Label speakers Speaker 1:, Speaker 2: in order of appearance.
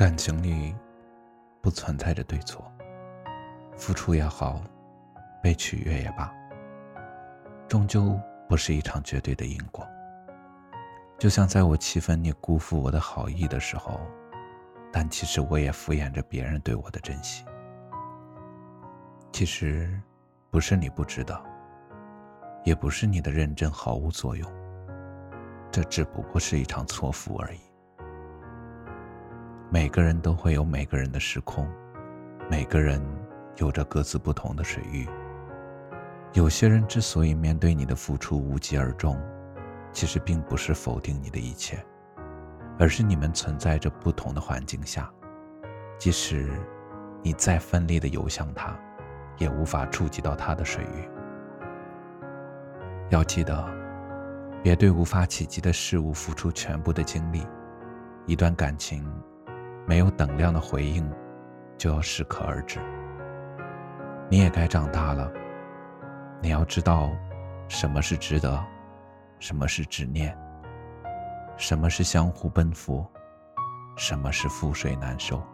Speaker 1: 感情里不存在着对错，付出也好，被取悦也罢，终究不是一场绝对的因果。就像在我气愤你辜负我的好意的时候，但其实我也敷衍着别人对我的珍惜。其实不是你不知道，也不是你的认真毫无作用，这只不过是一场错付而已。每个人都会有每个人的时空，每个人有着各自不同的水域。有些人之所以面对你的付出无疾而终，其实并不是否定你的一切，而是你们存在着不同的环境下，即使你再奋力地游向他，也无法触及到他的水域。要记得，别对无法企及的事物付出全部的精力。一段感情没有等量的回应，就要适可而止。你也该长大了，你要知道什么是值得，什么是执念，什么是相互奔赴，什么是覆水难收。